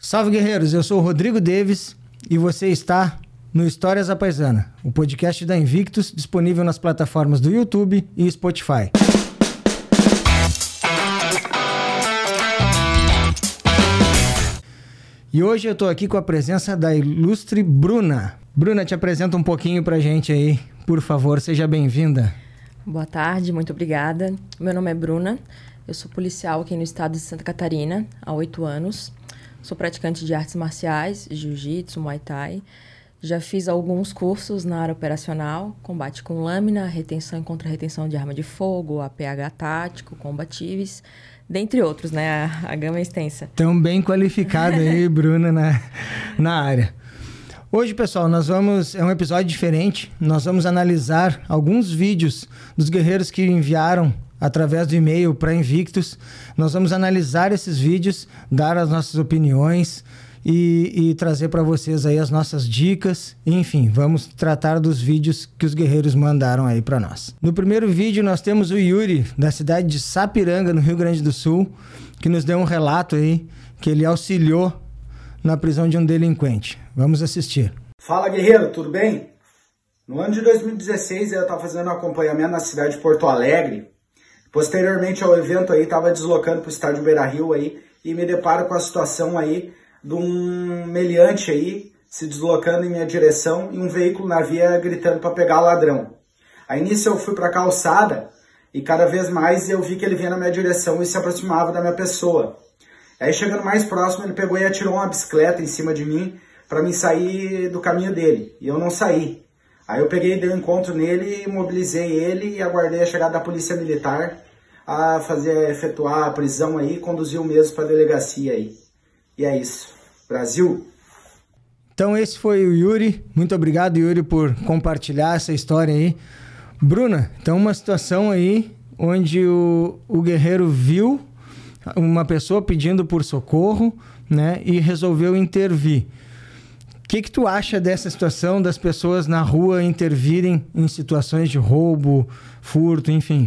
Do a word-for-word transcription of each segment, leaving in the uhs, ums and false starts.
Salve, guerreiros! Eu sou o Rodrigo Davis e você está no Histórias da Paisana, o podcast da Invictus, disponível nas plataformas do YouTube e Spotify. E hoje eu tô aqui com a presença da ilustre Bruna. Bruna, te apresenta um pouquinho pra gente aí, por favor, seja bem-vinda. Boa tarde, muito obrigada. Meu nome é Bruna, eu sou policial aqui no estado de Santa Catarina há oito anos. Sou praticante de artes marciais, jiu-jitsu, muay thai. Já fiz alguns cursos na área operacional, combate com lâmina, retenção e contra-retenção de arma de fogo, A P H tático, combatíveis, dentre outros, né? A, a gama é extensa. Tão bem qualificada aí, Bruna, na, na área. Hoje, pessoal, nós vamos... É um episódio diferente. Nós vamos analisar alguns vídeos dos guerreiros que enviaram através do e-mail para Invictus. Nós vamos analisar esses vídeos, dar as nossas opiniões e, e trazer para vocês aí as nossas dicas. Enfim, vamos tratar dos vídeos que os guerreiros mandaram aí para nós. No primeiro vídeo nós temos o Yuri, da cidade de Sapiranga, no Rio Grande do Sul, que nos deu um relato aí que ele auxiliou na prisão de um delinquente. Vamos assistir. Fala, guerreiro, tudo bem? No ano de dois mil e dezesseis eu estava fazendo um acompanhamento na cidade de Porto Alegre. Posteriormente ao evento aí, estava deslocando para o estádio Beira-Rio aí e me deparo com a situação aí de um meliante aí se deslocando em minha direção e um veículo na via gritando para pegar o ladrão. Aí nisso eu fui para a calçada e cada vez mais eu vi que ele vinha na minha direção e se aproximava da minha pessoa. Aí chegando mais próximo ele pegou e atirou uma bicicleta em cima de mim para mim sair do caminho dele e eu não saí. Aí eu peguei, dei um encontro nele, mobilizei ele e aguardei a chegada da polícia militar a fazer, efetuar a prisão aí e conduzir o mesmo para a delegacia aí. E é isso. Brasil! Então esse foi o Yuri. Muito obrigado, Yuri, por compartilhar essa história aí. Bruna, então uma situação aí onde o, o guerreiro viu uma pessoa pedindo por socorro, né, e resolveu intervir. O que que tu acha dessa situação das pessoas na rua intervirem em situações de roubo, furto, enfim?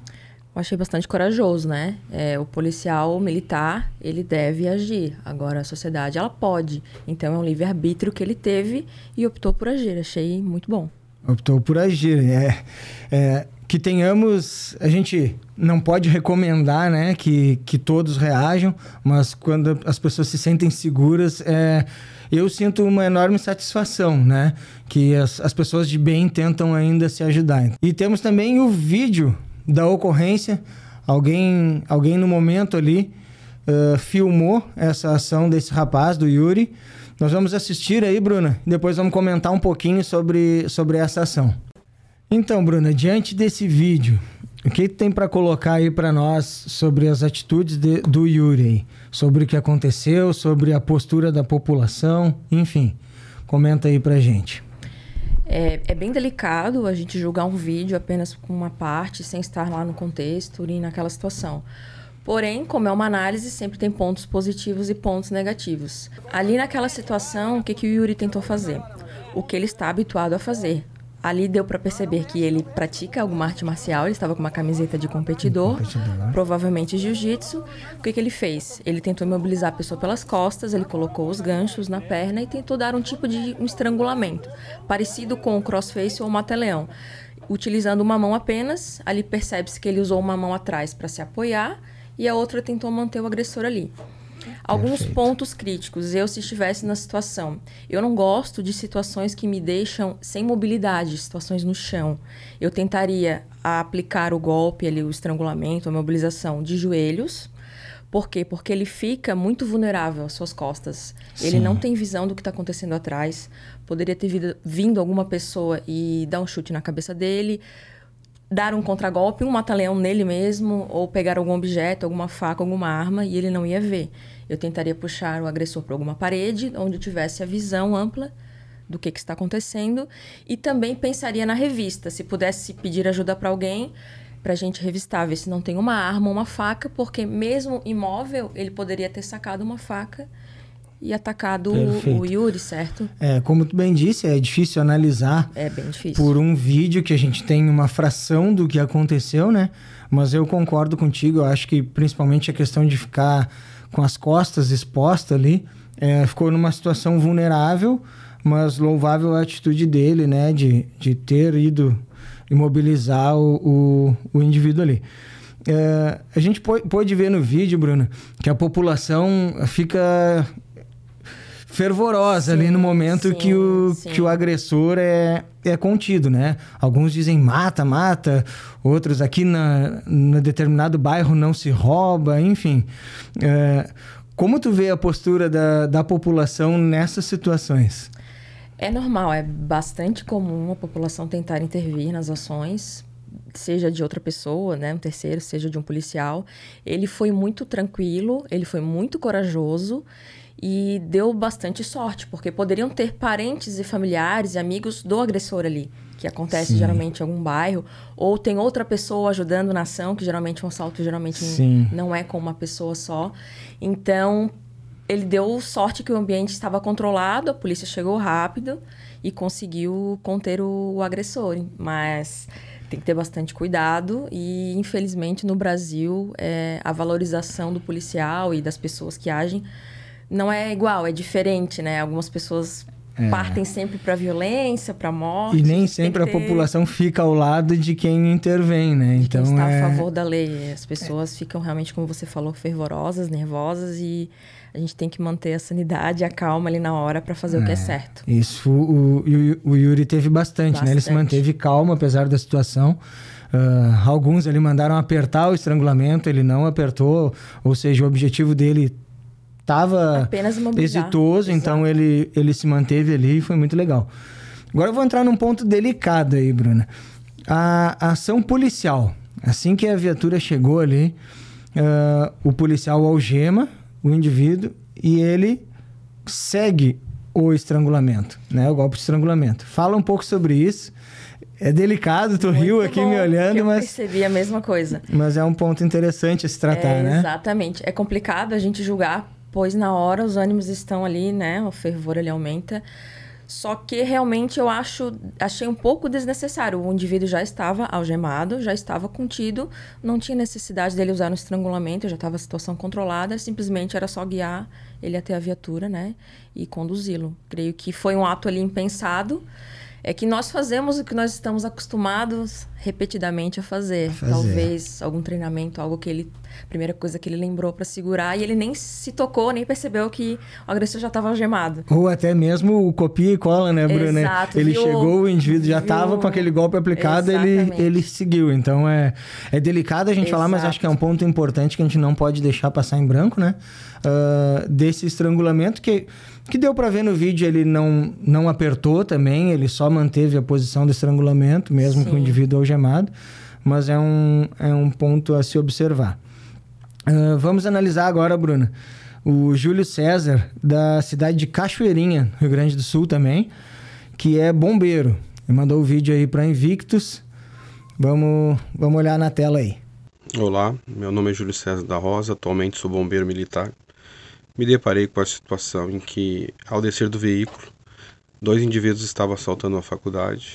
Eu achei bastante corajoso, né? É, o policial militar, ele deve agir. Agora, a sociedade, ela pode. Então, é um livre-arbítrio que ele teve e optou por agir. Achei muito bom. Optou por agir. É, é, que tenhamos... A gente não pode recomendar, né, que, que todos reajam, mas quando as pessoas se sentem seguras... É, eu sinto uma enorme satisfação, né? Que as, as pessoas de bem tentam ainda se ajudar. E temos também o vídeo da ocorrência. Alguém, alguém no momento ali uh, filmou essa ação desse rapaz, do Yuri. Nós vamos assistir aí, Bruna, e depois vamos comentar um pouquinho sobre, sobre essa ação. Então, Bruna, diante desse vídeo, o que tem para colocar aí para nós sobre as atitudes de, do Yuri aí? Sobre o que aconteceu, sobre a postura da população, enfim, comenta aí pra gente. É, é bem delicado a gente julgar um vídeo apenas com uma parte, sem estar lá no contexto e naquela situação. Porém, como é uma análise, sempre tem pontos positivos e pontos negativos. Ali naquela situação, o que, que o Yuri tentou fazer? O que ele está habituado a fazer. Ali deu para perceber que ele pratica alguma arte marcial, ele estava com uma camiseta de competidor, competidor. provavelmente jiu-jitsu. O que, que ele fez? Ele tentou imobilizar a pessoa pelas costas, ele colocou os ganchos na perna e tentou dar um tipo de um estrangulamento, parecido com o crossface ou o mata-leão. Utilizando uma mão apenas, ali percebe-se que ele usou uma mão atrás para se apoiar e a outra tentou manter o agressor ali. Alguns Perfeito. pontos críticos, eu se estivesse na situação. Eu não gosto de situações que me deixam sem mobilidade, situações no chão. Eu tentaria aplicar o golpe, ali, o estrangulamento, a mobilização de joelhos. Por quê? Porque ele fica muito vulnerável às suas costas. Sim. Ele não tem visão do que está acontecendo atrás. Poderia ter vindo, vindo alguma pessoa e dar um chute na cabeça dele, dar um contragolpe, um mata-leão nele mesmo, ou pegar algum objeto, alguma faca, alguma arma, e ele não ia ver. Eu tentaria puxar o agressor para alguma parede, onde eu tivesse a visão ampla do que, que está acontecendo, e também pensaria na revista, se pudesse pedir ajuda para alguém, para a gente revistar, ver se não tem uma arma ou uma faca, porque mesmo imóvel, ele poderia ter sacado uma faca e atacado o, o Yuri, certo? É, como tu bem disse, é difícil analisar é bem difícil. Por um vídeo que a gente tem uma fração do que aconteceu, né? Mas eu concordo contigo, eu acho que principalmente a questão de ficar com as costas expostas ali, é, ficou numa situação vulnerável, mas louvável a atitude dele, né? De, de ter ido imobilizar o, o, o indivíduo ali. É, a gente pôde ver no vídeo, Bruna, que a população fica fervorosa sim, ali no momento sim, que, o, que o agressor é, é contido, né? Alguns dizem mata, mata, outros aqui na, na determinado bairro não se rouba, enfim. É, como tu vê a postura da, da população nessas situações? É normal, é bastante comum a população tentar intervir nas ações, seja de outra pessoa, né, um terceiro, seja de um policial. Ele foi muito tranquilo, ele foi muito corajoso e deu bastante sorte, porque poderiam ter parentes e familiares e amigos do agressor ali, que acontece Sim. geralmente em algum bairro, ou tem outra pessoa ajudando na ação, que geralmente um assalto geralmente Sim. não é com uma pessoa só. Então, ele deu sorte que o ambiente estava controlado, a polícia chegou rápido e conseguiu conter o, o agressor, mas tem que ter bastante cuidado e, infelizmente, no Brasil, é, a valorização do policial e das pessoas que agem não é igual, é diferente, né? Algumas pessoas é. partem sempre para violência, para morte. E nem sempre a ter... população fica ao lado de quem intervém, né? De então quem está é... a favor da lei. As pessoas é. ficam realmente, como você falou, fervorosas, nervosas e a gente tem que manter a sanidade e a calma ali na hora para fazer é. o que é certo. Isso, o, o, o Yuri teve bastante, bastante, né? Ele se manteve calmo apesar da situação. Uh, alguns ali mandaram apertar o estrangulamento, ele não apertou, ou seja, o objetivo dele estava exitoso, Exato. Então ele, ele se manteve ali e foi muito legal. Agora eu vou entrar num ponto delicado aí, Bruna. A, a ação policial. Assim que a viatura chegou ali, uh, o policial algema o indivíduo e ele segue o estrangulamento, né? O golpe de estrangulamento. Fala um pouco sobre isso. É delicado, tu muito riu aqui bom, me olhando, eu mas... Eu percebi a mesma coisa. Mas é um ponto interessante a se tratar, é, né? Exatamente. É complicado a gente julgar, pois na hora os ânimos estão ali, né? O fervor ele aumenta. Só que realmente eu acho, achei um pouco desnecessário. O indivíduo já estava algemado, já estava contido, não tinha necessidade dele usar um estrangulamento, já estava a situação controlada, simplesmente era só guiar ele até a viatura, né? E conduzi-lo. Creio que foi um ato ali impensado. É que nós fazemos o que nós estamos acostumados repetidamente a fazer. a fazer. Talvez algum treinamento, algo que ele... Primeira coisa que ele lembrou para segurar e ele nem se tocou, nem percebeu que o agressor já estava algemado. Ou até mesmo o copia e cola, né, Bruna? Exato. Ele viu, chegou, o indivíduo já estava com aquele golpe aplicado, ele, ele seguiu. Então é, é delicado a gente Exato. falar, mas acho que é um ponto importante que a gente não pode deixar passar em branco, né? Uh, desse estrangulamento que... que deu para ver no vídeo, ele não, não apertou também, ele só manteve a posição do estrangulamento, mesmo Sim. com o indivíduo algemado, mas é um, é um ponto a se observar. Uh, vamos analisar agora, Bruna, o Júlio César, da cidade de Cachoeirinha, Rio Grande do Sul também, que é bombeiro. Ele mandou o vídeo aí para Invictus. Vamos, vamos olhar na tela aí. Olá, meu nome é Júlio César da Rosa, atualmente sou bombeiro militar. Me deparei com a situação em que, ao descer do veículo, dois indivíduos estavam assaltando a faculdade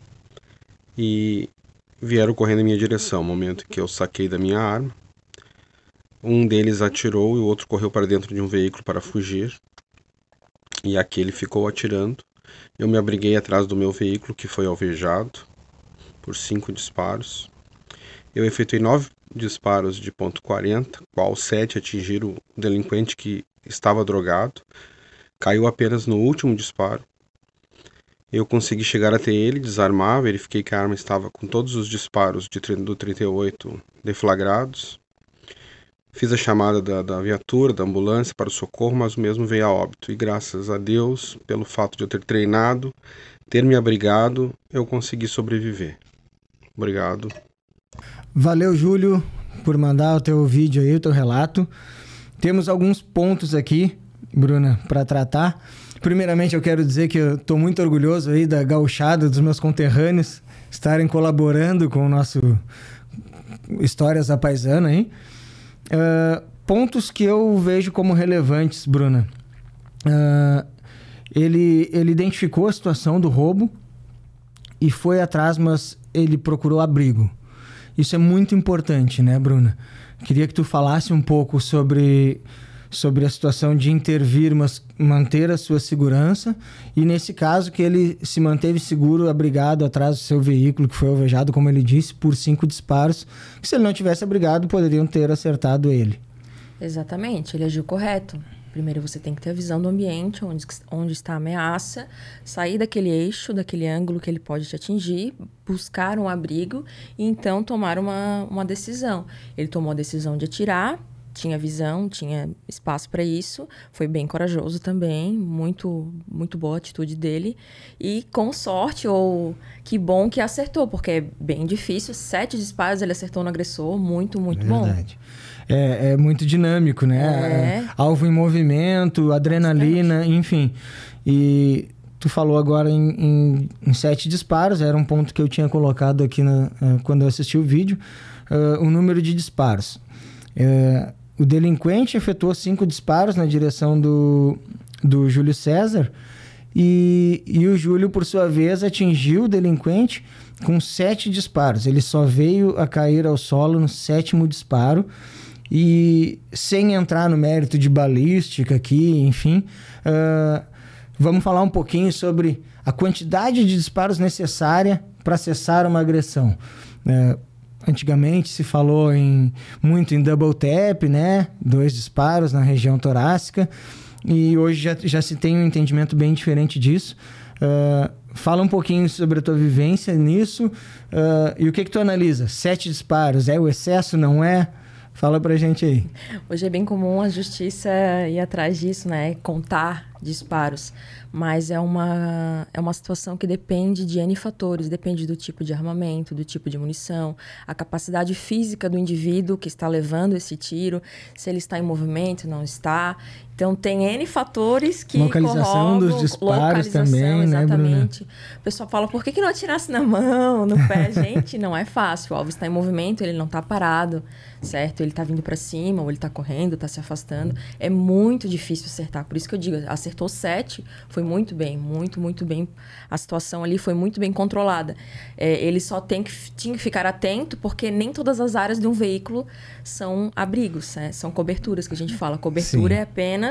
e vieram correndo em minha direção, no momento em que eu saquei da minha arma. Um deles atirou e o outro correu para dentro de um veículo para fugir, e aquele ficou atirando. Eu me abriguei atrás do meu veículo, que foi alvejado por cinco disparos. Eu efetuei nove disparos de ponto quarenta, qual sete atingiram o delinquente que estava drogado. Caiu apenas no último disparo. Eu consegui chegar até ele, desarmar, verifiquei que a arma estava com todos os disparos de, do trinta e oito deflagrados. Fiz a chamada da, da viatura, da ambulância para o socorro, mas o mesmo veio a óbito. E graças a Deus, pelo fato de eu ter treinado, ter me abrigado, eu consegui sobreviver. Obrigado. Valeu, Júlio, por mandar o teu vídeo aí, o teu relato. Temos alguns pontos aqui, Bruna, para tratar. Primeiramente, eu quero dizer que eu estou muito orgulhoso aí da gauchada dos meus conterrâneos estarem colaborando com o nosso Histórias da Paisana aí. Uh, pontos que eu vejo como relevantes, Bruna. Uh, ele, ele identificou a situação do roubo e foi atrás, mas ele procurou abrigo. Isso é muito importante, né, Bruna? Queria que tu falasse um pouco sobre, sobre a situação de intervir, mas manter a sua segurança. E nesse caso que ele se manteve seguro, abrigado atrás do seu veículo, que foi alvejado, como ele disse, por cinco disparos, que se ele não tivesse abrigado, poderiam ter acertado ele. Exatamente, ele agiu correto. Primeiro você tem que ter a visão do ambiente, onde, onde está a ameaça, sair daquele eixo, daquele ângulo que ele pode te atingir, buscar um abrigo e então tomar uma, uma decisão. Ele tomou a decisão de atirar, tinha visão, tinha espaço para isso, foi bem corajoso também, muito, muito boa a atitude dele. E com sorte, ou que bom que acertou, porque é bem difícil, sete disparos ele acertou no agressor, muito, muito bom. Verdade. É, é muito dinâmico, né? É. É, alvo em movimento, adrenalina, Bastante. Enfim. E tu falou agora em, em, em sete disparos, era um ponto que eu tinha colocado aqui na, uh, quando eu assisti o vídeo, uh, o número de disparos. Uh, o delinquente efetuou cinco disparos na direção do, do Júlio César e, e o Júlio, por sua vez, atingiu o delinquente com sete disparos. Ele só veio a cair ao solo no sétimo disparo. E sem entrar no mérito de balística aqui, enfim, uh, vamos falar um pouquinho sobre a quantidade de disparos necessária para cessar uma agressão. Uh, antigamente se falou em, muito em double tap, né? Dois disparos na região torácica. E hoje já, já se tem um entendimento bem diferente disso. Uh, fala um pouquinho sobre a tua vivência nisso. Uh, e o que que tu analisa? Sete disparos, é o excesso, não é? Fala pra gente aí. Hoje é bem comum a justiça ir atrás disso, né? Contar disparos. Mas é uma, é uma situação que depende de N fatores. Depende do tipo de armamento, do tipo de munição, a capacidade física do indivíduo que está levando esse tiro, se ele está em movimento, não está. Então, tem N fatores que localização corrobam, dos disparos também, exatamente. né, Bruna? O pessoal fala, por que, que não atirasse na mão, no pé? Gente, não é fácil. O alvo está em movimento, ele não está parado, certo? Ele está vindo para cima, ou ele está correndo, está se afastando. É muito difícil acertar. Por isso que eu digo, acertou sete, foi muito bem, muito, muito bem. A situação ali foi muito bem controlada. É, ele só tem que, tinha que ficar atento, porque nem todas as áreas de um veículo são abrigos, né? São coberturas que a gente fala. Cobertura Sim. é apenas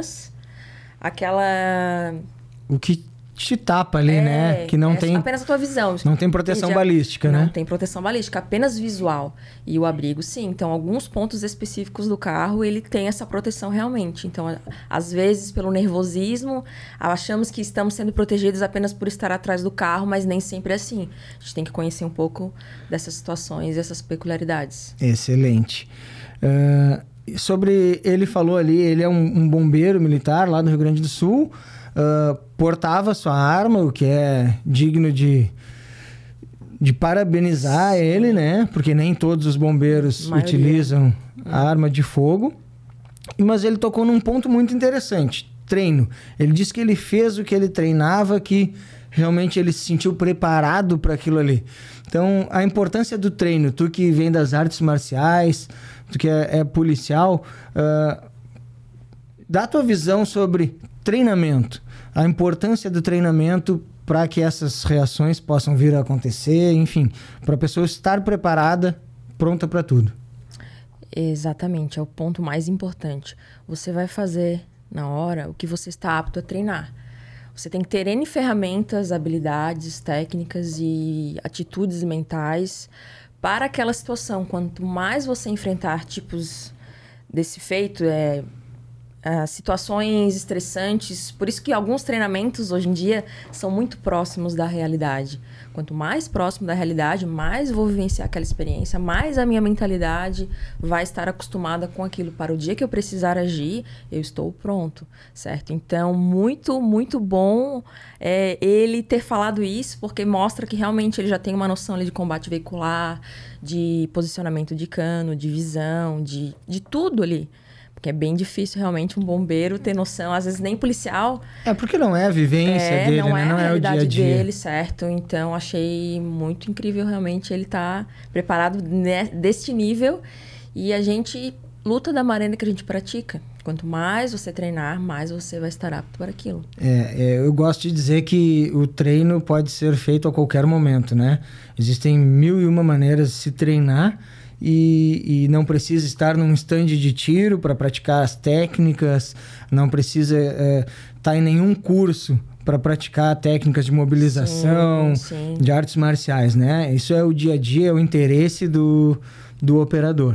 aquela... O que te tapa ali, é, né? Que não é tem... apenas a tua visão. Não tem proteção já, balística, não né? Não tem proteção balística, apenas visual. E o abrigo, sim. Então, alguns pontos específicos do carro, ele tem essa proteção realmente. Então, às vezes, pelo nervosismo, achamos que estamos sendo protegidos apenas por estar atrás do carro, mas nem sempre é assim. A gente tem que conhecer um pouco dessas situações e essas peculiaridades. Excelente. Uh... Sobre, ele falou ali, ele é um, um bombeiro militar lá do Rio Grande do Sul, uh, portava sua arma, o que é digno de, de parabenizar Sim. ele, né? Porque nem todos os bombeiros Maioria. utilizam a arma de fogo. Mas ele tocou num ponto muito interessante, treino. Ele disse que ele fez o que ele treinava, que realmente ele se sentiu preparado para aquilo ali. Então, a importância do treino, tu que vem das artes marciais, tu que é, é policial, uh, dá a tua visão sobre treinamento, a importância do treinamento para que essas reações possam vir a acontecer, enfim, para a pessoa estar preparada, pronta para tudo. Exatamente, é o ponto mais importante. Você vai fazer na hora o que você está apto a treinar. Você tem que ter N ferramentas, habilidades, técnicas e atitudes mentais para aquela situação. Quanto mais você enfrentar tipos desse feito, é, é, situações estressantes, por isso que alguns treinamentos hoje em dia são muito próximos da realidade. Quanto mais próximo da realidade, mais vou vivenciar aquela experiência, mais a minha mentalidade vai estar acostumada com aquilo. Para o dia que eu precisar agir, eu estou pronto, certo? Então, muito, muito bom é, ele ter falado isso, porque mostra que realmente ele já tem uma noção ali de combate veicular, de posicionamento de cano, de visão, de, de tudo ali. Porque é bem difícil realmente um bombeiro ter noção, às vezes nem policial. É porque não é a vivência é, dele, não né? é Não a é o dia a dia dele, certo? Então, achei muito incrível realmente ele estar tá preparado ne- deste nível. E a gente luta da maneira que a gente pratica. Quanto mais você treinar, mais você vai estar apto para aquilo. É, é, eu gosto de dizer que o treino pode ser feito a qualquer momento, né? Existem mil e uma maneiras de se treinar. e, e não precisa estar num stand de tiro para praticar as técnicas, não precisa é, estar em nenhum curso para praticar técnicas de mobilização, sim, sim. de artes marciais, né? Isso é o dia a dia, é o interesse do, do operador.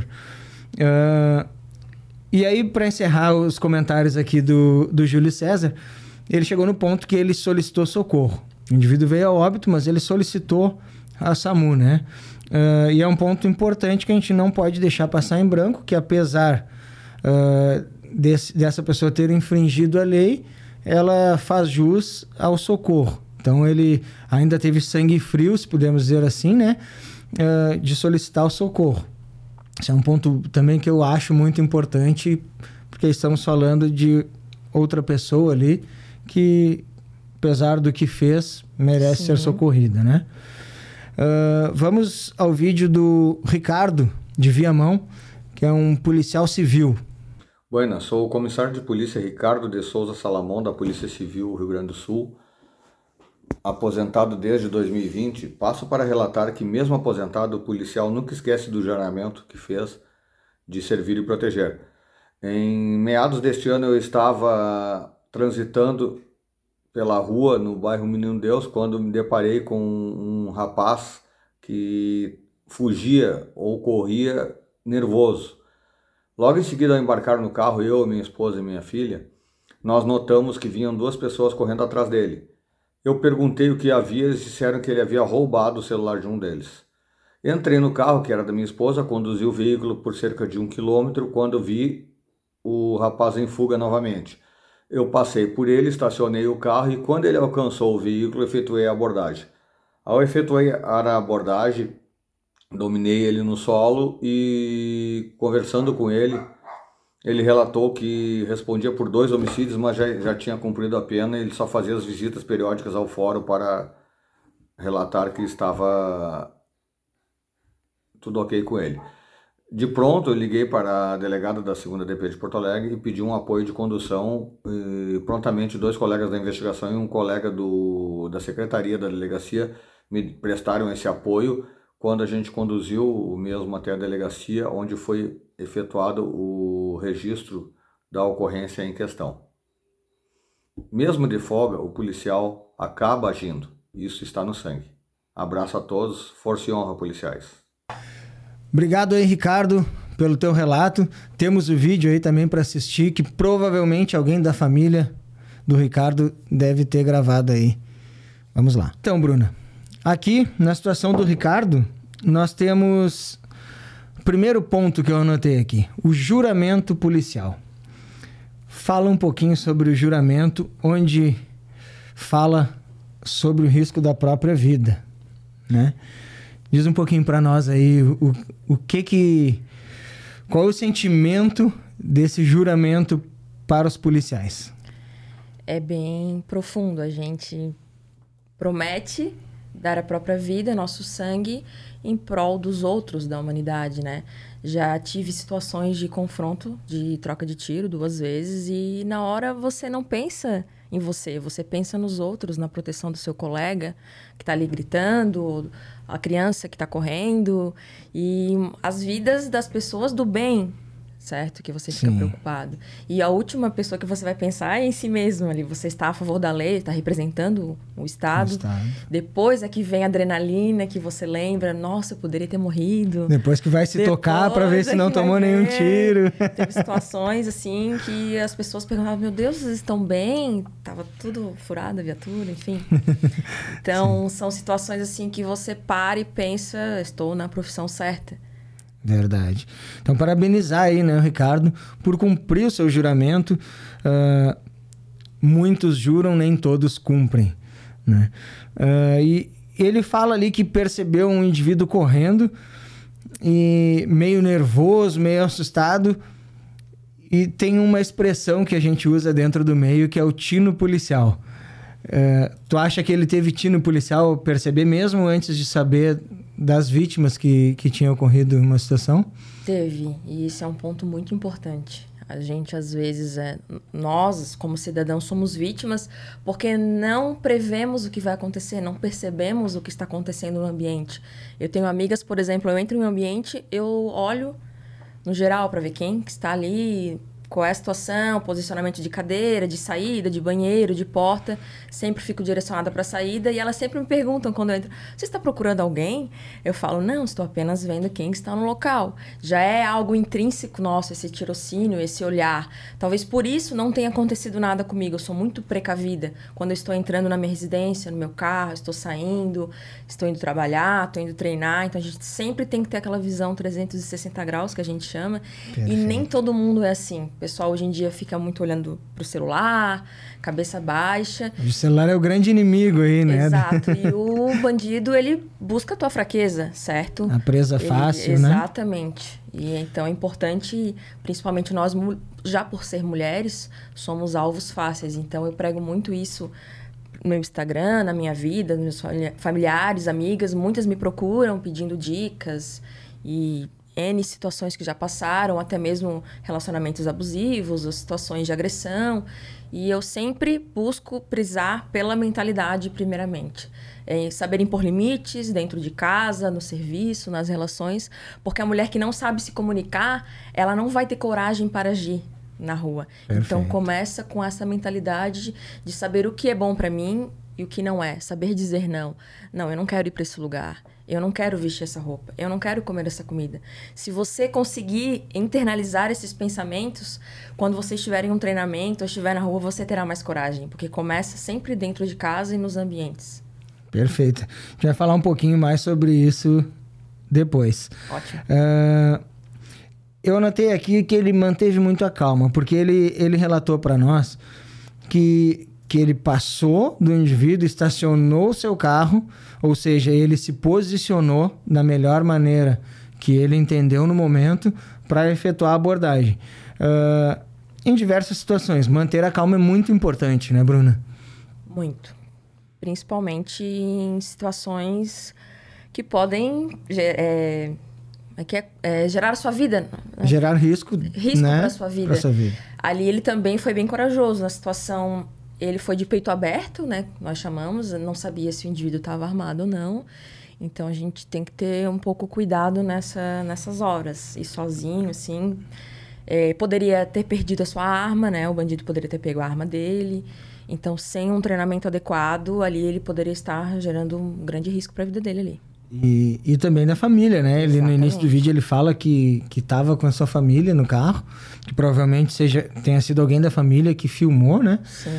Uh, e aí, para encerrar os comentários aqui do, do Júlio César, ele chegou no ponto que ele solicitou socorro. O indivíduo veio a óbito, mas ele solicitou a SAMU, né? Uh, e é um ponto importante que a gente não pode deixar passar em branco, que apesar uh, desse, dessa pessoa ter infringido a lei, ela faz jus ao socorro. Então, ele ainda teve sangue frio, se podemos dizer assim, né? Uh, de solicitar o socorro. Esse é um ponto também que eu acho muito importante, porque estamos falando de outra pessoa ali que, apesar do que fez, merece Sim. ser socorrida, né? Uh, vamos ao vídeo do Ricardo, de Viamão, que é um policial civil. Buenas, sou o comissário de polícia Ricardo de Souza Salamão, da Polícia Civil Rio Grande do Sul. Aposentado desde dois mil e vinte, passo para relatar que mesmo aposentado, o policial nunca esquece do juramento que fez de servir e proteger. Em meados deste ano eu estava transitando pela rua no bairro Menino Deus quando me deparei com um rapaz que fugia ou corria nervoso. Logo em seguida, ao embarcar no carro, eu, minha esposa e minha filha, nós notamos que vinham duas pessoas correndo atrás dele. Eu perguntei o que havia e eles disseram que ele havia roubado o celular de um deles. Entrei no carro, que era da minha esposa, conduzi o veículo por cerca de um quilômetro quando vi o rapaz em fuga novamente. Eu passei por ele, estacionei o carro e quando ele alcançou o veículo, efetuei a abordagem. Ao efetuar a abordagem, dominei ele no solo e, conversando com ele, ele relatou que respondia por dois homicídios, mas já, já tinha cumprido a pena e ele só fazia as visitas periódicas ao fórum para relatar que estava tudo ok com ele. De pronto, eu liguei para a delegada da segunda D P de Porto Alegre e pedi um apoio de condução. E prontamente, dois colegas da investigação e um colega do, da secretaria da delegacia me prestaram esse apoio quando a gente conduziu o mesmo até a delegacia, onde foi efetuado o registro da ocorrência em questão. Mesmo de folga, o policial acaba agindo. Isso está no sangue. Abraço a todos, força e honra, policiais. Obrigado aí, Ricardo, pelo teu relato. Temos o vídeo aí também para assistir, que provavelmente alguém da família do Ricardo deve ter gravado aí. Vamos lá. Então, Bruna, aqui na situação do Ricardo, nós temos o primeiro ponto que eu anotei aqui, o juramento policial. Fala um pouquinho sobre o juramento, onde fala sobre o risco da própria vida, né? Diz um pouquinho para nós aí o, o que que... Qual é o sentimento desse juramento para os policiais? É bem profundo. A gente promete dar a própria vida, nosso sangue, em prol dos outros da humanidade, né? Já tive situações de confronto, de troca de tiro duas vezes, e na hora você não pensa em você, você pensa nos outros, na proteção do seu colega que está ali gritando, a criança que está correndo, e as vidas das pessoas do bem, certo? Que você fica Sim. preocupado. E a última pessoa que você vai pensar é em si mesmo ali. Você está a favor da lei, está representando o Estado. o Estado. Depois é que vem a adrenalina, que você lembra, nossa, eu poderia ter morrido. Depois que vai se Depois tocar para ver se é não tomou nenhum tiro. Teve situações assim que as pessoas perguntavam, meu Deus, vocês estão bem? Tava tudo furado a viatura, enfim. Então, são situações assim que você para e pensa, estou na profissão certa. Verdade. Então, parabenizar aí, né, o Ricardo, por cumprir o seu juramento. Uh, muitos juram, nem todos cumprem, né? Uh, e ele fala ali que percebeu um indivíduo correndo e meio nervoso, meio assustado, e tem uma expressão que a gente usa dentro do meio, que é o tino policial. Uh, tu acha que ele teve tino policial perceber mesmo antes de saber das vítimas que, que tinha ocorrido uma situação? Teve, e isso é um ponto muito importante. A gente, às vezes, é, nós, como cidadãos, somos vítimas porque não prevemos o que vai acontecer, não percebemos o que está acontecendo no ambiente. Eu tenho amigas, por exemplo, eu entro em um ambiente, eu olho no geral para ver quem que está ali, qual é a situação, posicionamento de cadeira, de saída, de banheiro, de porta. Sempre fico direcionada para a saída e elas sempre me perguntam quando eu entro: você está procurando alguém? Eu falo: não, estou apenas vendo quem está no local. Já é algo intrínseco nosso, esse tirocínio, esse olhar. Talvez por isso não tenha acontecido nada comigo. Eu sou muito precavida. Quando eu estou entrando na minha residência, no meu carro, estou saindo, estou indo trabalhar, estou indo treinar. Então a gente sempre tem que ter aquela visão trezentos e sessenta graus, que a gente chama. Perfeito. E nem todo mundo é assim. O pessoal hoje em dia fica muito olhando pro celular, cabeça baixa. O celular é o grande inimigo aí, né? Exato. E o bandido, ele busca a tua fraqueza, certo? A presa fácil, ele, né? Exatamente. E então é importante, principalmente nós, já por ser mulheres, somos alvos fáceis. Então eu prego muito isso no meu Instagram, na minha vida, nos meus familiares, amigas. Muitas me procuram pedindo dicas e N situações que já passaram, até mesmo relacionamentos abusivos ou situações de agressão. E eu sempre busco prisar pela mentalidade, primeiramente. É saber impor limites dentro de casa, no serviço, nas relações. Porque a mulher que não sabe se comunicar, ela não vai ter coragem para agir na rua. Perfeito. Então, começa com essa mentalidade de saber o que é bom para mim e o que não é. Saber dizer não. Não, eu não quero ir para esse lugar. Eu não quero vestir essa roupa. Eu não quero comer essa comida. Se você conseguir internalizar esses pensamentos, quando você estiver em um treinamento ou estiver na rua, você terá mais coragem. Porque começa sempre dentro de casa e nos ambientes. Perfeito. A gente vai falar um pouquinho mais sobre isso depois. Ótimo. Uh, eu anotei aqui que ele manteve muito a calma, porque ele, ele relatou para nós que, que ele passou do indivíduo, estacionou o seu carro, ou seja, ele se posicionou da melhor maneira que ele entendeu no momento para efetuar a abordagem. Uh, em diversas situações, manter a calma é muito importante, né, Bruna? Muito. Principalmente em situações que podem é, é, é, gerar a sua vida. Né? Gerar risco, risco né? para a sua vida. Pra sua vida. Ali ele também foi bem corajoso na situação. Ele foi de peito aberto, né? Nós chamamos. Não sabia se o indivíduo estava armado ou não. Então, a gente tem que ter um pouco cuidado nessa, nessas horas. Ir sozinho, assim. É, poderia ter perdido a sua arma, né? O bandido poderia ter pego a arma dele. Então, sem um treinamento adequado, ali ele poderia estar gerando um grande risco para a vida dele ali. E, e também da família, né? Ele, no início do vídeo ele fala que que estava com a sua família no carro, que provavelmente seja, tenha sido alguém da família que filmou, né? Sim.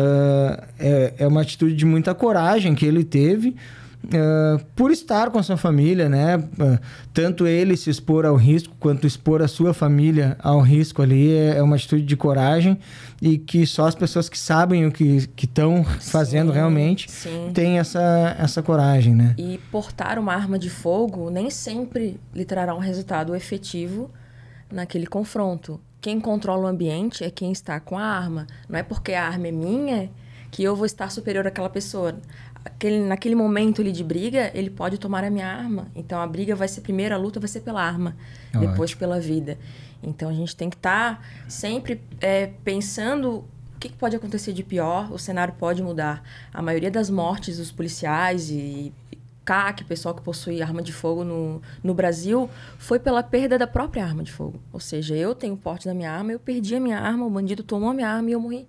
Uh, é, é uma atitude de muita coragem que ele teve uh, por estar com a sua família, né? Uh, tanto ele se expor ao risco, quanto expor a sua família ao risco ali é, é uma atitude de coragem e que só as pessoas que sabem o que estão fazendo sim, realmente sim. têm essa, essa coragem, né? E portar uma arma de fogo nem sempre lhe trará um resultado efetivo naquele confronto. Quem controla o ambiente é quem está com a arma. Não é porque a arma é minha que eu vou estar superior àquela pessoa. Aquele, naquele momento ali de briga, ele pode tomar a minha arma. Então, a briga vai ser primeiro, a luta vai ser pela arma. Ótimo. Depois pela vida. Então, a gente tem que estar tá sempre é, pensando o que pode acontecer de pior. O cenário pode mudar. A maioria das mortes dos policiais e C A C, pessoal que possui arma de fogo no, no Brasil, foi pela perda da própria arma de fogo. Ou seja, eu tenho o porte da minha arma, eu perdi a minha arma, o bandido tomou a minha arma e eu morri.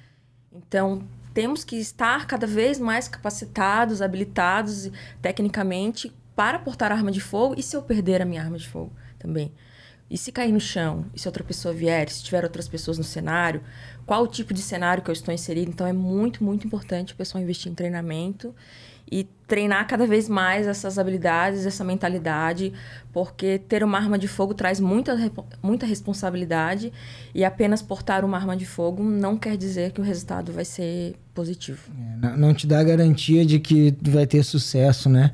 Então, temos que estar cada vez mais capacitados, habilitados tecnicamente para portar arma de fogo. E se eu perder a minha arma de fogo também? E se cair no chão? E se outra pessoa vier? Se tiver outras pessoas no cenário? Qual o tipo de cenário que eu estou inserido? Então, é muito, muito importante o pessoal investir em treinamento e treinar cada vez mais essas habilidades, essa mentalidade, porque ter uma arma de fogo traz muita, muita responsabilidade e apenas portar uma arma de fogo não quer dizer que o resultado vai ser positivo. É, não te dá garantia de que vai ter sucesso, né?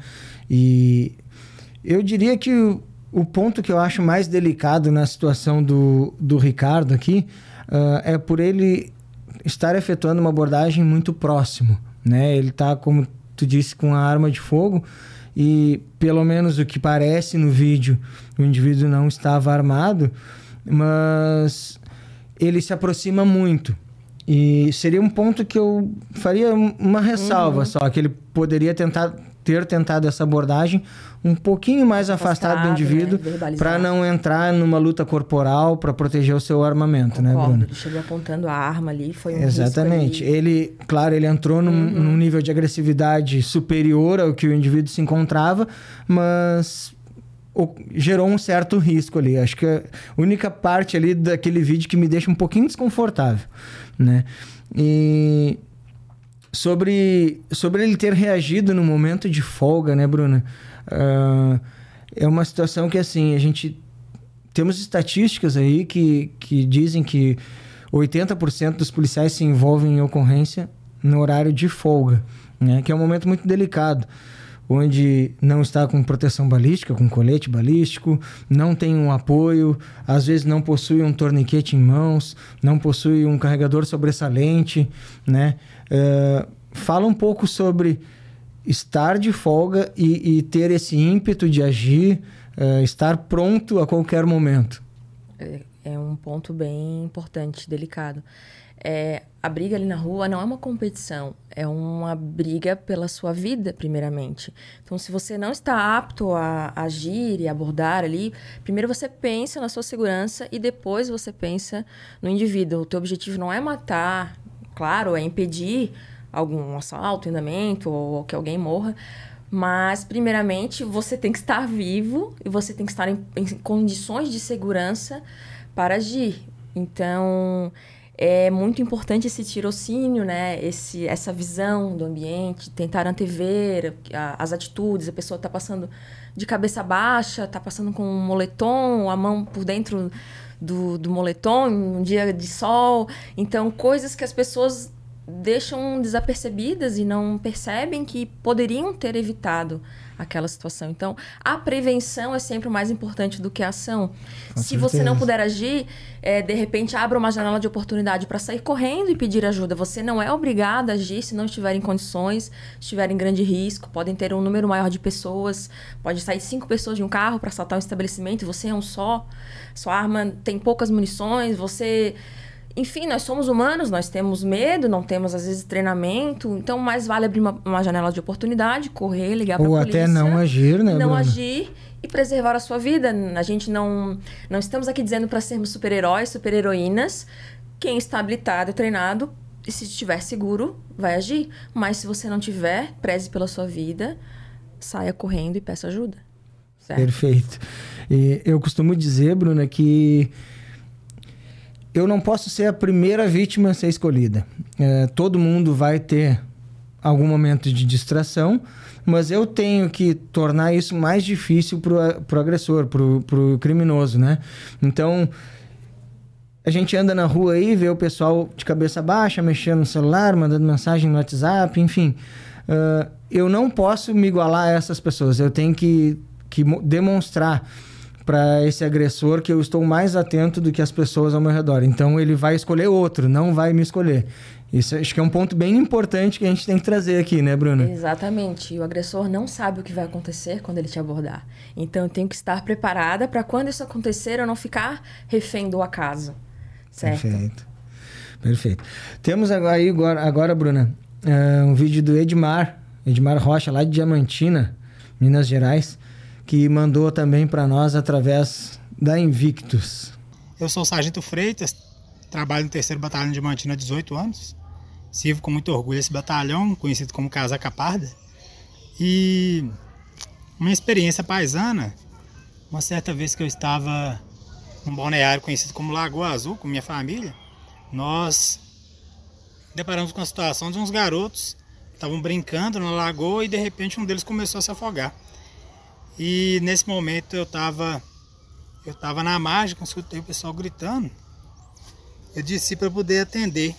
E eu diria que o, o ponto que eu acho mais delicado na situação do, do Ricardo aqui uh, é por ele estar efetuando uma abordagem muito próximo, né? Ele está, como tu disse, com a arma de fogo e, pelo menos o que parece no vídeo, o indivíduo não estava armado, mas ele se aproxima muito. E seria um ponto que eu faria uma ressalva uhum. só, que ele poderia tentar, ter tentado essa abordagem um pouquinho mais afastado, afastado do indivíduo, né? Para não entrar numa luta corporal para proteger o seu armamento. Concordo. Né, Bruno? Ele chegou apontando a arma ali, foi um Exatamente. Ele, claro, ele entrou num, uhum. num nível de agressividade superior ao que o indivíduo se encontrava, mas o, gerou um certo risco ali. Acho que a única parte ali daquele vídeo que me deixa um pouquinho desconfortável, né? E sobre, sobre ele ter reagido no momento de folga, né, Bruna? Uh, é uma situação que, assim, a gente... Temos estatísticas aí que, que dizem que oitenta por cento dos policiais se envolvem em ocorrência no horário de folga, né? Que é um momento muito delicado, onde não está com proteção balística, com colete balístico, não tem um apoio, às vezes não possui um torniquete em mãos, não possui um carregador sobressalente, né? Uh, fala um pouco sobre estar de folga e, e ter esse ímpeto de agir, uh, estar pronto a qualquer momento. É, é um ponto bem importante, delicado. É, a briga ali na rua não é uma competição, é uma briga pela sua vida, primeiramente. Então, se você não está apto a agir e abordar ali, primeiro você pensa na sua segurança e depois você pensa no indivíduo. O teu objetivo não é matar, claro, é impedir algum assalto, andamento ou que alguém morra, mas, primeiramente, você tem que estar vivo e você tem que estar em, em condições de segurança para agir. Então, é muito importante esse tirocínio, né? Esse, essa visão do ambiente, tentar antever a, as atitudes. A pessoa está passando de cabeça baixa, está passando com um moletom, a mão por dentro do, do moletom, um dia de sol. Então, coisas que as pessoas deixam desapercebidas e não percebem que poderiam ter evitado aquela situação. Então, a prevenção é sempre o mais importante do que a ação. Com Se certeza. Você não puder agir, é, de repente, abra uma janela de oportunidade para sair correndo e pedir ajuda. Você não é obrigado a agir se não estiver em condições, estiver em grande risco. Podem ter um número maior de pessoas, pode sair cinco pessoas de um carro para assaltar um estabelecimento e você é um só. Sua arma tem poucas munições, você... Enfim, nós somos humanos, nós temos medo, não temos, às vezes, treinamento. Então, mais vale abrir uma, uma janela de oportunidade, correr, ligar para a polícia. Ou até não agir, né, Não Bruna? agir e preservar a sua vida. A gente não... Não estamos aqui dizendo para sermos super-heróis, super-heroínas. Quem está habilitado e treinado, e se estiver seguro, vai agir. Mas se você não tiver, preze pela sua vida, saia correndo e peça ajuda. Certo? Perfeito. E eu costumo dizer, Bruna, que... eu não posso ser a primeira vítima a ser escolhida. É, todo mundo vai ter algum momento de distração, mas eu tenho que tornar isso mais difícil para o agressor, para o criminoso, né? Então, a gente anda na rua aí, vê o pessoal de cabeça baixa, mexendo no celular, mandando mensagem no WhatsApp, enfim. Uh, eu não posso me igualar a essas pessoas. Eu tenho que, que demonstrar para esse agressor que eu estou mais atento do que as pessoas ao meu redor. Então, ele vai escolher outro, não vai me escolher. Isso acho que é um ponto bem importante que a gente tem que trazer aqui, né, Bruna? Exatamente. E o agressor não sabe o que vai acontecer quando ele te abordar. Então, eu tenho que estar preparada para quando isso acontecer, eu não ficar refém do acaso. Certo? Perfeito. Perfeito. Temos aí agora, agora Bruna, uh, um vídeo do Edmar, Edmar Rocha, lá de Diamantina, Minas Gerais, que mandou também para nós através da Invictus. Eu sou o Sargento Freitas, trabalho no terceiro Batalhão de Diamantina há dezoito anos. Sirvo com muito orgulho esse batalhão, conhecido como Casaca Parda. E uma experiência paisana, uma certa vez que eu estava num balneário conhecido como Lagoa Azul, com minha família, nós deparamos com a situação de uns garotos que estavam brincando na lagoa e de repente um deles começou a se afogar. E nesse momento eu estava eu tava na margem, escutei o pessoal gritando. Eu desci para poder atender.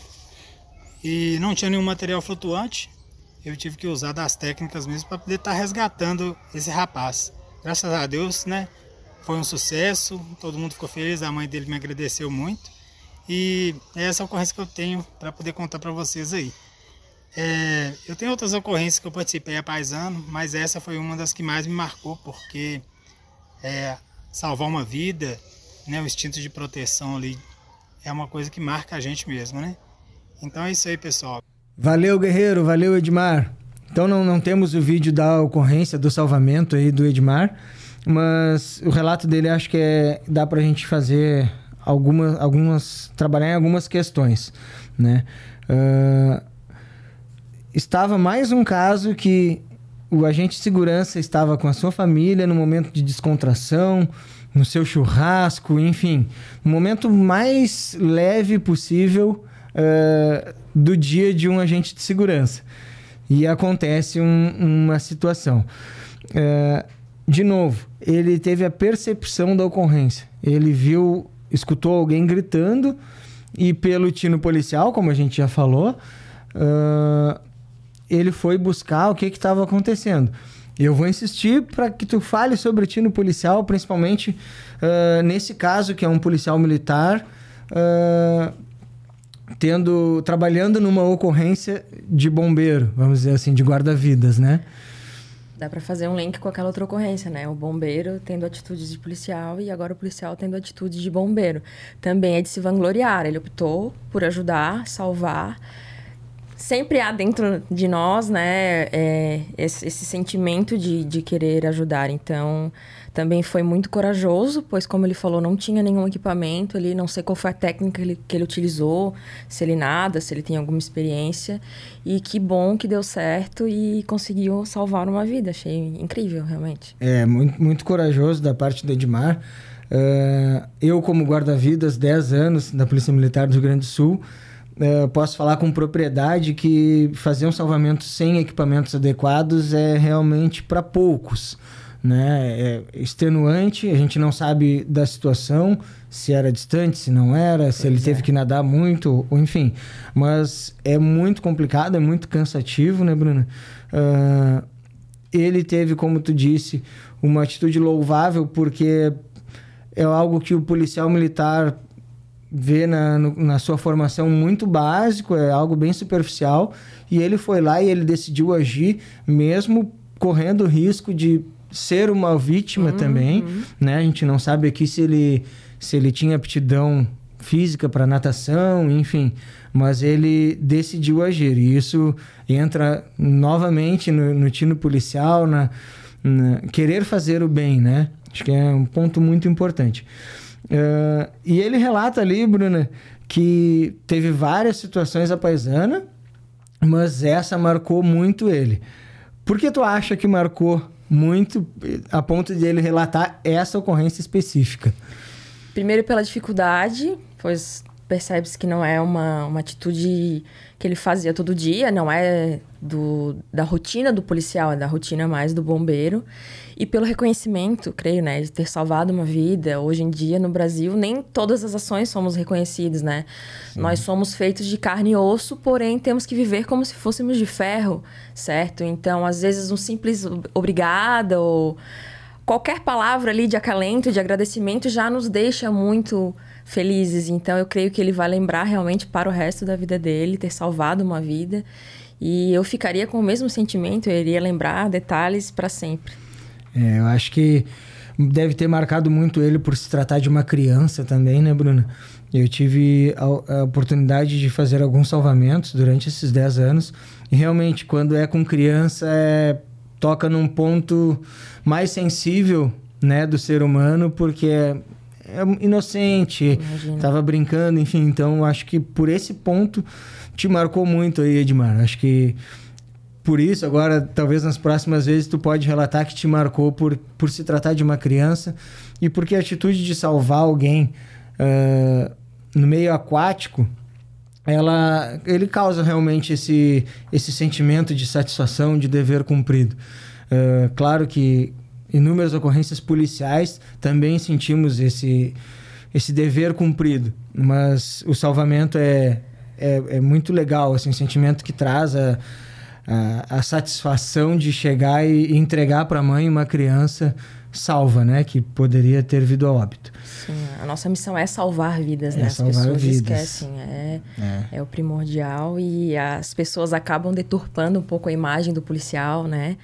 E não tinha nenhum material flutuante. Eu tive que usar das técnicas mesmo para poder estar resgatando esse rapaz. Graças a Deus, né? Foi um sucesso, todo mundo ficou feliz, a mãe dele me agradeceu muito. E é essa ocorrência que eu tenho para poder contar para vocês aí. É, eu tenho outras ocorrências que eu participei a paisano, mas essa foi uma das que mais me marcou, porque é, salvar uma vida, né, o instinto de proteção ali é uma coisa que marca a gente mesmo, né? Então é isso aí, pessoal. Valeu, Guerreiro. Valeu, Edmar. Então não, não temos o vídeo da ocorrência, do salvamento aí do Edmar, mas o relato dele acho que é, dá pra gente fazer algumas, algumas, trabalhar em algumas questões, né? Uh, estava mais um caso que o agente de segurança estava com a sua família no momento de descontração, no seu churrasco, enfim, no momento mais leve possível uh, do dia de um agente de segurança. E acontece um, uma situação. Uh, de novo, ele teve a percepção da ocorrência. Ele viu, escutou alguém gritando e pelo tino policial, como a gente já falou, uh, ele foi buscar o que estava acontecendo. Eu vou insistir para que tu fale sobre o tino policial, principalmente uh, nesse caso, que é um policial militar uh, tendo, trabalhando numa ocorrência de bombeiro, vamos dizer assim, de guarda-vidas, né? Dá para fazer um link com aquela outra ocorrência, né? O bombeiro tendo atitudes de policial e agora o policial tendo atitudes de bombeiro. Também é de se vangloriar. Ele optou por ajudar, salvar. Sempre há dentro de nós, né, é, esse, esse sentimento de, de querer ajudar. Então, também foi muito corajoso, pois, como ele falou, não tinha nenhum equipamento ali, não sei qual foi a técnica que ele, que ele utilizou, se ele nada, se ele tem alguma experiência. E que bom que deu certo e conseguiu salvar uma vida. Achei incrível, realmente. É, muito, muito corajoso da parte do Edmar. Uh, eu, como guarda-vidas, dez anos da Polícia Militar do Rio Grande do Sul, Uh, posso falar com propriedade que fazer um salvamento sem equipamentos adequados é realmente para poucos, né? É extenuante, a gente não sabe da situação, se era distante, se não era, se pois ele é. teve que nadar muito, ou enfim. Mas é muito complicado, é muito cansativo, né, Bruna? Uh, ele teve, como tu disse, uma atitude louvável, porque é algo que o policial militar vê na, no, na sua formação muito básico, é algo bem superficial, e ele foi lá e ele decidiu agir, mesmo correndo o risco de ser uma vítima uhum, também, uhum. né? A gente não sabe aqui se ele, se ele tinha aptidão física para natação, enfim, mas ele decidiu agir, e isso entra novamente no, no tino policial, na, na querer fazer o bem, né? Acho que é um ponto muito importante. Uh, e ele relata ali, Bruna, que teve várias situações à paisana, mas essa marcou muito ele. Por que tu acha que marcou muito a ponto de ele relatar essa ocorrência específica? Primeiro pela dificuldade, pois percebe-se que não é uma, uma atitude que ele fazia todo dia, não é do, da rotina do policial, é da rotina mais do bombeiro. E pelo reconhecimento, creio, né, de ter salvado uma vida. Hoje em dia, no Brasil, nem todas as ações somos reconhecidas, né? Sim. Nós somos feitos de carne e osso, porém temos que viver como se fôssemos de ferro, certo? Então, às vezes, um simples obrigada ou qualquer palavra ali de acalento, de agradecimento já nos deixa muito felizes. Então, eu creio que ele vai lembrar realmente para o resto da vida dele, ter salvado uma vida. E eu ficaria com o mesmo sentimento, eu iria lembrar detalhes para sempre. É, eu acho que deve ter marcado muito ele por se tratar de uma criança também, né, Bruna? Eu tive a, a oportunidade de fazer alguns salvamentos durante esses dez anos. E realmente, quando é com criança, é, toca num ponto mais sensível, né, do ser humano, porque é, é inocente, Imagina. Tava brincando, enfim. Então, acho que por esse ponto te marcou muito aí, Edmar. Acho que por isso, agora, talvez nas próximas vezes, tu pode relatar que te marcou por, por se tratar de uma criança e porque a atitude de salvar alguém uh, no meio aquático, ela, ele causa realmente esse, esse sentimento de satisfação, de dever cumprido. Uh, claro que inúmeras ocorrências policiais também sentimos esse, esse dever cumprido, mas o salvamento é, é, é muito legal, assim, um sentimento que traz a A, a satisfação de chegar e entregar para a mãe uma criança salva, né? Que poderia ter vindo a óbito. Sim, a nossa missão é salvar vidas, é né? Salvar as pessoas vidas. esquecem, é, é. é o primordial e as pessoas acabam deturpando um pouco a imagem do policial, né?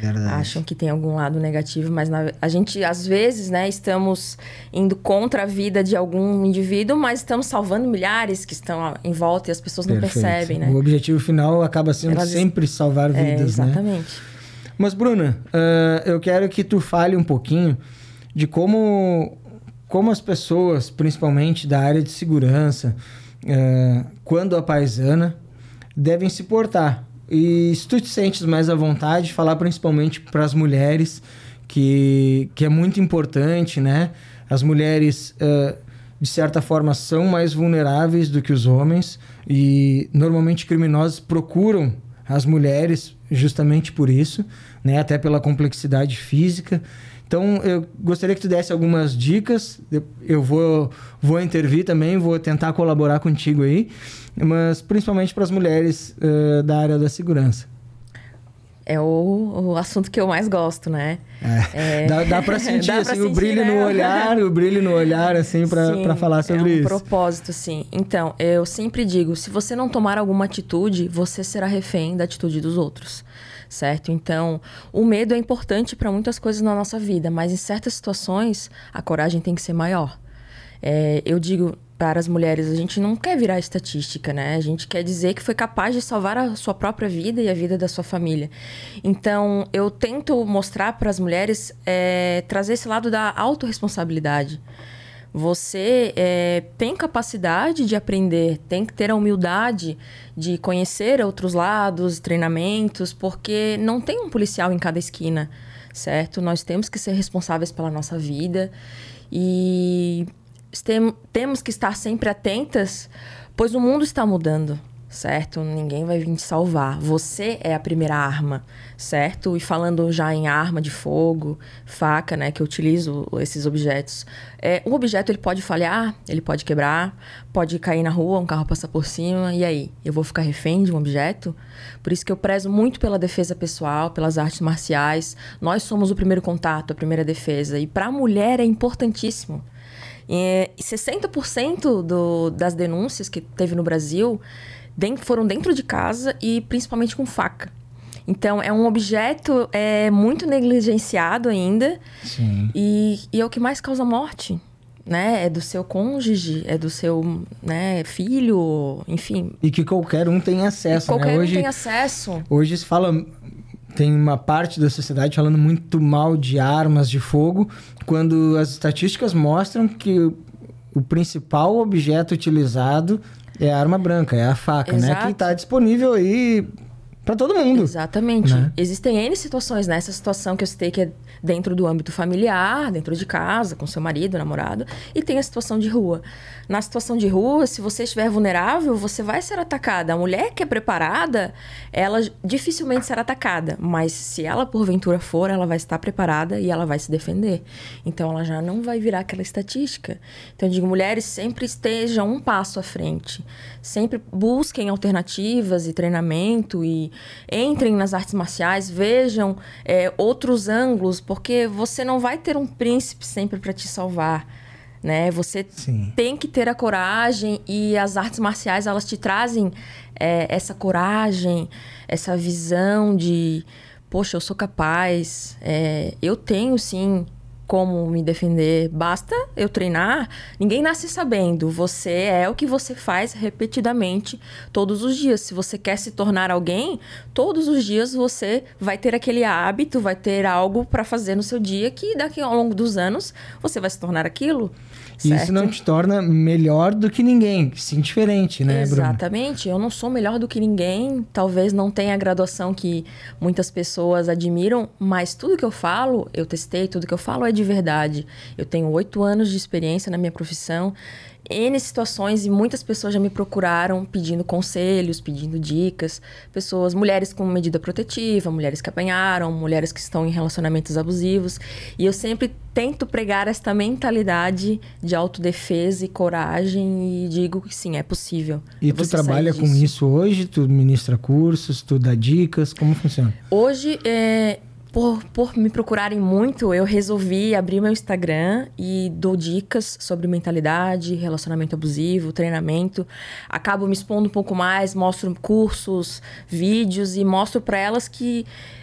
Verdade. Acham que tem algum lado negativo, mas na, a gente, às vezes, né, estamos indo contra a vida de algum indivíduo, mas estamos salvando milhares que estão em volta e as pessoas não Perfeito. percebem, né? O objetivo final acaba sendo Elas... sempre salvar vidas, é, exatamente. né? Mas, Bruna, uh, eu quero que tu fale um pouquinho de como, como as pessoas, principalmente da área de segurança, uh, quando a paisana, devem se portar. E se tu te sentes mais à vontade, falar principalmente para as mulheres, que, que é muito importante, né? As mulheres, uh, de certa forma, são mais vulneráveis do que os homens e normalmente criminosos procuram as mulheres justamente por isso, né? Até pela complexidade física. Então, eu gostaria que tu desse algumas dicas. Eu vou, vou intervir também, vou tentar colaborar contigo aí, mas principalmente para as mulheres uh, da área da segurança. É o, o assunto que eu mais gosto, né? É. É... Dá, dá para sentir, dá assim, pra sentir, o brilho, né? no olhar, o brilho no olhar, assim, para falar sobre isso. É um isso. propósito, sim. Então, eu sempre digo, se você não tomar alguma atitude, você será refém da atitude dos outros, certo? Então, o medo é importante para muitas coisas na nossa vida, mas em certas situações, a coragem tem que ser maior. É, eu digo para as mulheres, a gente não quer virar estatística, né? A gente quer dizer que foi capaz de salvar a sua própria vida e a vida da sua família. Então, eu tento mostrar para as mulheres, é, trazer esse lado da autorresponsabilidade. Você é, tem capacidade de aprender, tem que ter a humildade de conhecer outros lados, treinamentos, porque não tem um policial em cada esquina, certo? Nós temos que ser responsáveis pela nossa vida e tem, temos que estar sempre atentas, pois o mundo está mudando, certo? Ninguém vai vir te salvar. Você é a primeira arma, certo? E falando já em arma de fogo, faca, né? Que eu utilizo esses objetos. É, um objeto, ele pode falhar, ele pode quebrar, pode cair na rua, um carro passar por cima. E aí? Eu vou ficar refém de um objeto? Por isso que eu prezo muito pela defesa pessoal, pelas artes marciais. Nós somos o primeiro contato, a primeira defesa. E para a mulher é importantíssimo. E sessenta por cento do, das denúncias que teve no Brasil dentro, foram dentro de casa e principalmente com faca. Então, é um objeto é, muito negligenciado ainda. Sim. E, e é o que mais causa morte, né? É do seu cônjuge, é do seu, né, filho, enfim. E que qualquer um tem acesso, e qualquer né? Hoje, um tem acesso. Hoje se fala... Tem uma parte da sociedade falando muito mal de armas de fogo, quando as estatísticas mostram que o, o principal objeto utilizado é a arma branca, é a faca, Exato. né? Que está disponível aí para todo mundo. Exatamente. Né? Existem N situações, né? Essa situação que eu citei que é dentro do âmbito familiar, dentro de casa, com seu marido, namorado, e tem a situação de rua. Na situação de rua, se você estiver vulnerável, você vai ser atacada. A mulher que é preparada, ela dificilmente será atacada, mas se ela porventura for, ela vai estar preparada e ela vai se defender. Então, ela já não vai virar aquela estatística. Então, eu digo, mulheres sempre estejam um passo à frente. Sempre busquem alternativas e treinamento e entrem nas artes marciais, vejam é, outros ângulos, porque você não vai ter um príncipe sempre para te salvar, né? Você Sim. tem que ter a coragem e as artes marciais, elas te trazem é, essa coragem, essa visão de, poxa, eu sou capaz, é, eu tenho sim como me defender, basta eu treinar. Ninguém nasce sabendo, você é o que você faz repetidamente todos os dias. Se você quer se tornar alguém, todos os dias você vai ter aquele hábito, vai ter algo para fazer no seu dia que daqui ao longo dos anos você vai se tornar aquilo. E certo? isso não te torna melhor do que ninguém, sim, diferente, né, Bruna? Exatamente. Eu não sou melhor do que ninguém, talvez não tenha a graduação que muitas pessoas admiram, mas tudo que eu falo, eu testei, tudo que eu falo é de verdade. Eu tenho oito anos de experiência na minha profissão, N situações, e muitas pessoas já me procuraram pedindo conselhos, pedindo dicas. Pessoas, mulheres com medida protetiva, mulheres que apanharam, mulheres que estão em relacionamentos abusivos. E eu sempre tento pregar esta mentalidade de autodefesa e coragem e digo que sim, é possível. E tu trabalha com isso hoje? Tu ministra cursos, tu dá dicas? Como funciona? Hoje, é... Por, por me procurarem muito, eu resolvi abrir meu Instagram e dou dicas sobre mentalidade, relacionamento abusivo, treinamento. Acabo me expondo um pouco mais, mostro cursos, vídeos e mostro para elas que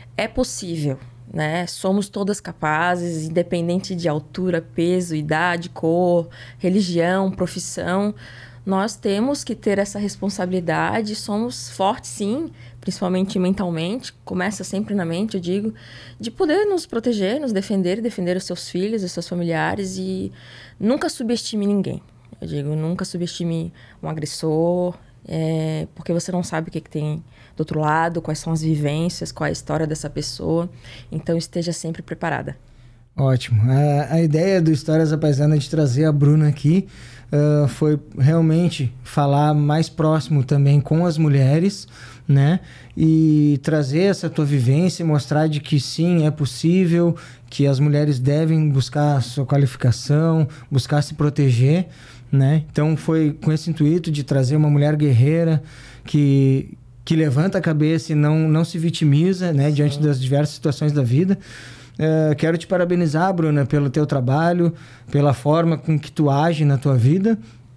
é possível, né? Somos todas capazes, independente de altura, peso, idade, cor, religião, profissão. Nós temos que ter essa responsabilidade, somos fortes sim, principalmente mentalmente, começa sempre na mente, eu digo, de poder nos proteger, nos defender, defender os seus filhos, os seus familiares e nunca subestime ninguém. Eu digo, nunca subestime um agressor, é, porque você não sabe o que, que tem do outro lado, quais são as vivências, qual é a história dessa pessoa, então esteja sempre preparada. Ótimo. A, a ideia do Histórias da Paisana de trazer a Bruna aqui uh, foi realmente falar mais próximo também com as mulheres, né? E trazer essa tua vivência e mostrar de que sim, é possível, que as mulheres devem buscar a sua qualificação, buscar se proteger, né? Então foi com esse intuito de trazer uma mulher guerreira que, que levanta a cabeça e não, não se vitimiza, né? Diante das diversas situações da vida. Uh, quero te parabenizar, Bruna, pelo teu trabalho, pela forma com que tu age na tua vida.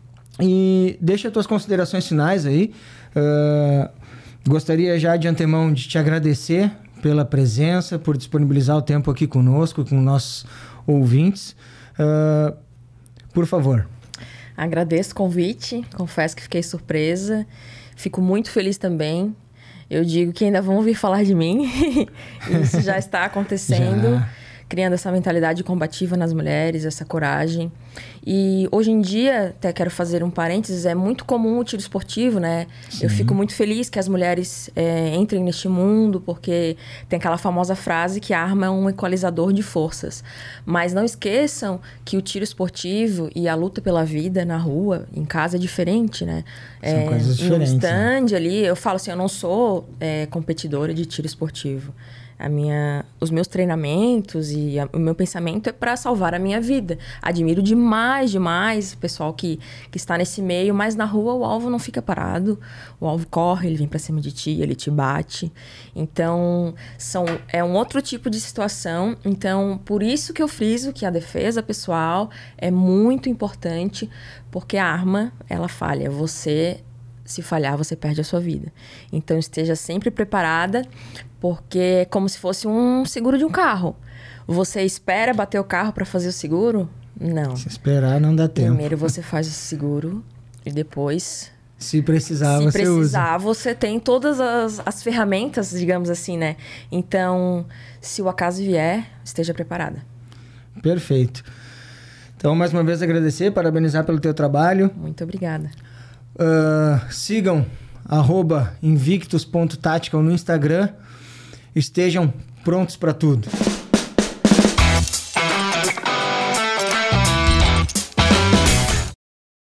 E deixa as tuas considerações finais aí. Uh, gostaria já de antemão de te agradecer pela presença, por disponibilizar o tempo aqui conosco, com nossos ouvintes. Uh, por favor. Agradeço o convite, confesso que fiquei surpresa. Fico muito feliz também. Eu digo que ainda vão ouvir falar de mim. Isso já está acontecendo, já. Criando essa mentalidade combativa nas mulheres, essa coragem. E hoje em dia, até quero fazer um parênteses, é muito comum o tiro esportivo, né? Sim. Eu fico muito feliz que as mulheres é, entrem neste mundo, porque tem aquela famosa frase que a arma é um equalizador de forças. Mas não esqueçam que o tiro esportivo e a luta pela vida na rua, em casa, é diferente, né? São é, coisas diferentes. No stand, né? Ali, eu falo assim, eu não sou é, competidora de tiro esportivo. A minha, os meus treinamentos e a, o meu pensamento é para salvar a minha vida. Admiro demais, demais o pessoal que, que está nesse meio, mas na rua o alvo não fica parado. O alvo corre, ele vem para cima de ti, ele te bate. Então, são, é um outro tipo de situação. Então, por isso que eu friso que a defesa pessoal é muito importante, porque a arma, ela falha. Você... Se falhar, você perde a sua vida. Então, esteja sempre preparada, porque é como se fosse um seguro de um carro. Você espera bater o carro para fazer o seguro? Não. Se esperar, não dá tempo. Primeiro você faz o seguro e depois... Se precisar, se você precisar, usa. Se precisar, você tem todas as, as ferramentas, digamos assim, né? Então, se o acaso vier, esteja preparada. Perfeito. Então, mais uma vez, agradecer, parabenizar pelo teu trabalho. Muito obrigada. Uh, sigam arroba invictus ponto tactical no Instagram. Estejam prontos para tudo.